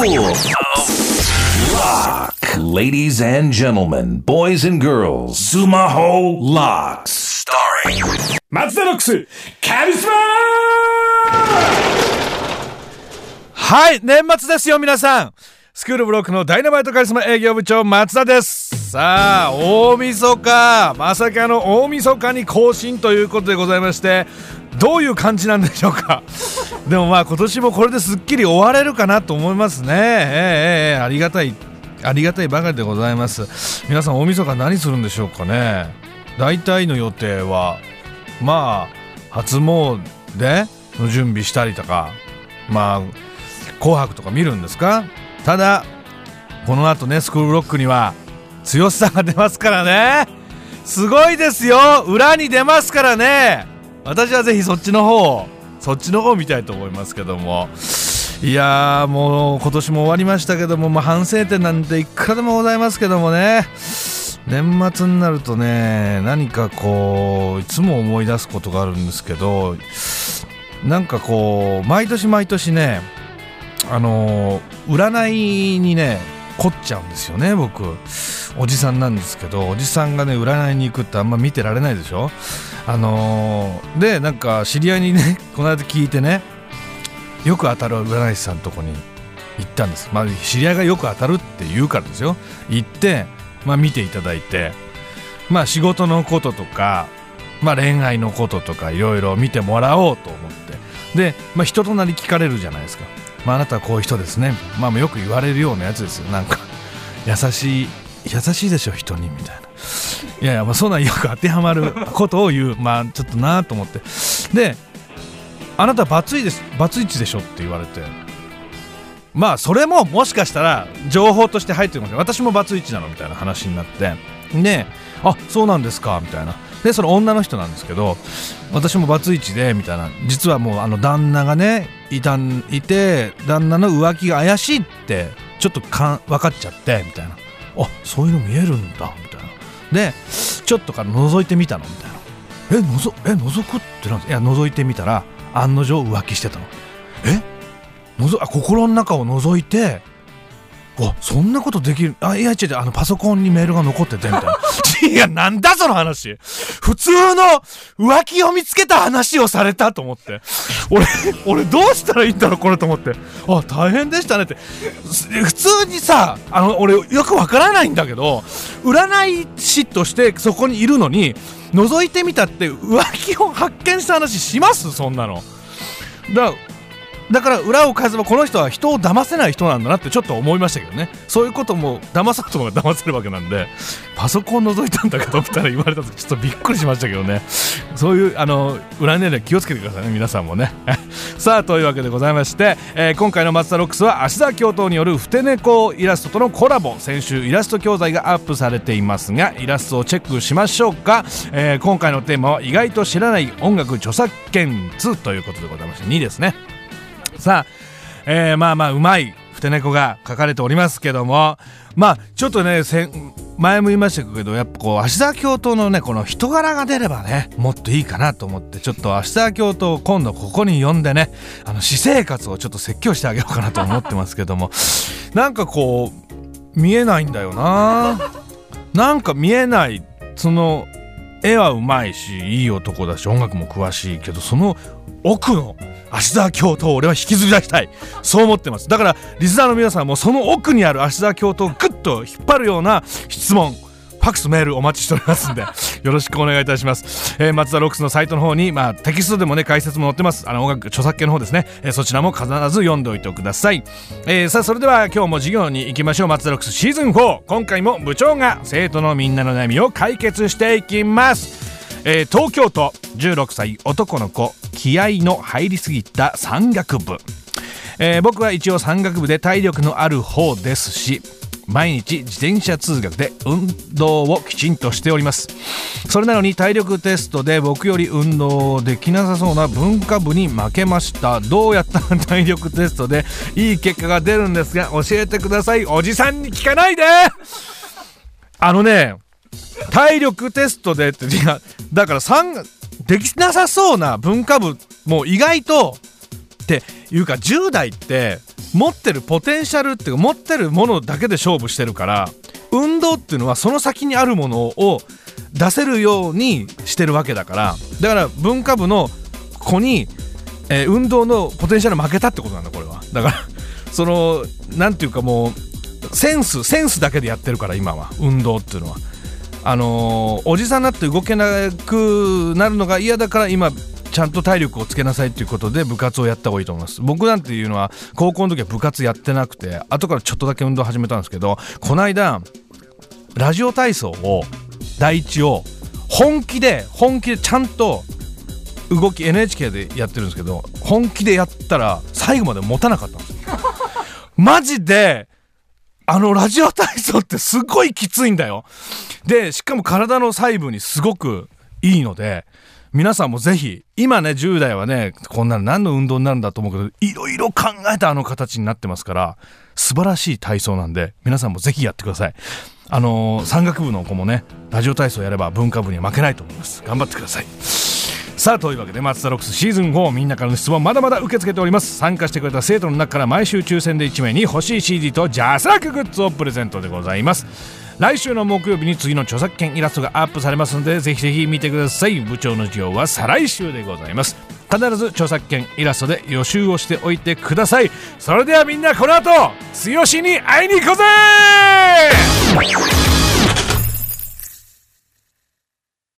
Lock. Ladies and gentlemen, boys and girls, Sumaho Locks. Starring 松田ロックスカリスマ。 はい、年末ですよ皆さん。スクールブロックのダイナマイトカリスマ営業部長松田です。さあ、大晦日、まさかの大晦日に更新ということでございまして、どういう感じなんでしょうか。でもまあ今年もこれですっきり終われるかなと思いますね。ありがたいばかりでございます。皆さん大晦日何するんでしょうかね。大体の予定はまあ初詣の準備したりとか、まあ紅白とか見るんですか。ただこの後ね、スクールブロックには強さが出ますからね。すごいですよ。裏に出ますからね。私はぜひそっちの方を見たいと思いますけども、いやーもう今年も終わりましたけども、反省点なんていくらでもございますけどもね、年末になるとね、何かこういつも思い出すことがあるんですけど、なんかこう毎年ね、占いにね凝っちゃうんですよね。僕おじさんなんですけど、おじさんがね占いに行くってあんま見てられないでしょ。でなんか知り合いにねこの間聞いてね、よく当たる占い師さんのとこに行ったんです。知り合いがよく当たるって言うからですよ。行って見ていただいて、仕事のこととか、恋愛のこととかいろいろ見てもらおうと思って、で、人となり聞かれるじゃないですか。あなたはこういう人ですね。よく言われるようなやつですよ。なんか優しいでしょ人にみたいな。いやそんなんよく当てはまることを言う。ちょっとなと思って、であなたバツイチでしょって言われて、それももしかしたら情報として入ってるかもしれない。私もバツイチなのみたいな話になって、であそうなんですかみたいな。でその女の人なんですけど、私もバツイチでみたいな、実はもう旦那がねいて、旦那の浮気が怪しいってちょっと分かっちゃってみたいな。あそういうの見えるんだみたいな。でちょっとから覗いてみたのみたいな。覗くってなんですか。いや覗いてみたら案の定浮気してたの。心の中を覗いて、そんなことできる。いや違うパソコンにメールが残っててみたいな。いやなんだその話。普通の浮気を見つけた話をされたと思って、俺どうしたらいいんだろうこれと思って、大変でしたねって。普通にさ、俺よくわからないんだけど、占い師としてそこにいるのに覗いてみたって浮気を発見した話します？そんなのだから裏を返せばこの人は人を騙せない人なんだなってちょっと思いましたけどね。そういうことも騙そうと思えば騙せるわけなんで、パソコン覗いたんだけどみたいな言われた時ちょっとびっくりしましたけどね。そういう占いには気をつけてくださいね皆さんもね。さあというわけでございまして、今回の松田ロックスは芦田教頭によるふてねこイラストとのコラボ、先週イラスト教材がアップされていますが、イラストをチェックしましょうか。今回のテーマは意外と知らない音楽著作権2ということでございまして、2ですね。さあ、うまいふてねこが書かれておりますけども、ちょっとね前も言いましたけど、やっぱこう芦田教頭のねこの人柄が出ればねもっといいかなと思って、ちょっと芦田教頭を今度ここに呼んでね、私生活をちょっと説教してあげようかなと思ってますけども、なんかこう見えないんだよな。なんか見えない。その絵はうまいしいい男だし音楽も詳しいけど、その奥の芦田教頭を俺は引きずり出したい、そう思ってます。だからリスナーの皆さんもその奥にある芦田教頭をグッと引っ張るような質問、ファックスメールお待ちしておりますんでよろしくお願いいたします。松田ロックスのサイトの方に、テキストでもね解説も載ってます。音楽著作権の方ですね、そちらも必ず読んでおいてください。さあそれでは今日も授業に行きましょう。松田ロックスシーズン4、今回も部長が生徒のみんなの悩みを解決していきます。東京都16歳男の子、気合の入りすぎた山岳部。僕は一応山岳部で体力のある方ですし、毎日自転車通学で運動をきちんとしております。それなのに体力テストで僕より運動できなさそうな文化部に負けました。どうやったら体力テストでいい結果が出るんですが教えてください。おじさんに聞かないで。体力テストでってだからできなさそうな文化部も意外とっていうか、10代って持ってるポテンシャルっていうか持ってるものだけで勝負してるから、運動っていうのはその先にあるものを出せるようにしてるわけだから、だから文化部の子に、運動のポテンシャル負けたってことなんだこれは。だからそのなんていうかもうセンスだけでやってるから今は運動っていうのは。おじさんになって動けなくなるのが嫌だから今ちゃんと体力をつけなさいということで部活をやった方がいいと思います。僕なんていうのは高校の時は部活やってなくて、後からちょっとだけ運動始めたんですけど、この間ラジオ体操を第一を本気でちゃんと動き NHK でやってるんですけど、本気でやったら最後まで持たなかったんですよマジでラジオ体操ってすごいきついんだよ。でしかも体の細部にすごくいいので、皆さんもぜひ、今ね10代はねこんなの何の運動になるんだと思うけど、いろいろ考えた形になってますから、素晴らしい体操なんで皆さんもぜひやってください。山岳部の子もねラジオ体操やれば文化部には負けないと思います。頑張ってください。さあというわけでマツダロックスシーズン5、みんなからの質問まだまだ受け付けております。参加してくれた生徒の中から毎週抽選で1名に欲しい CD とジャスラックグッズをプレゼントでございます。来週の木曜日に次の著作権イラストがアップされますので、ぜひぜひ見てください。部長の授業は再来週でございます。必ず著作権イラストで予習をしておいてください。それではみんなこの後剛に会いに行こうぜ。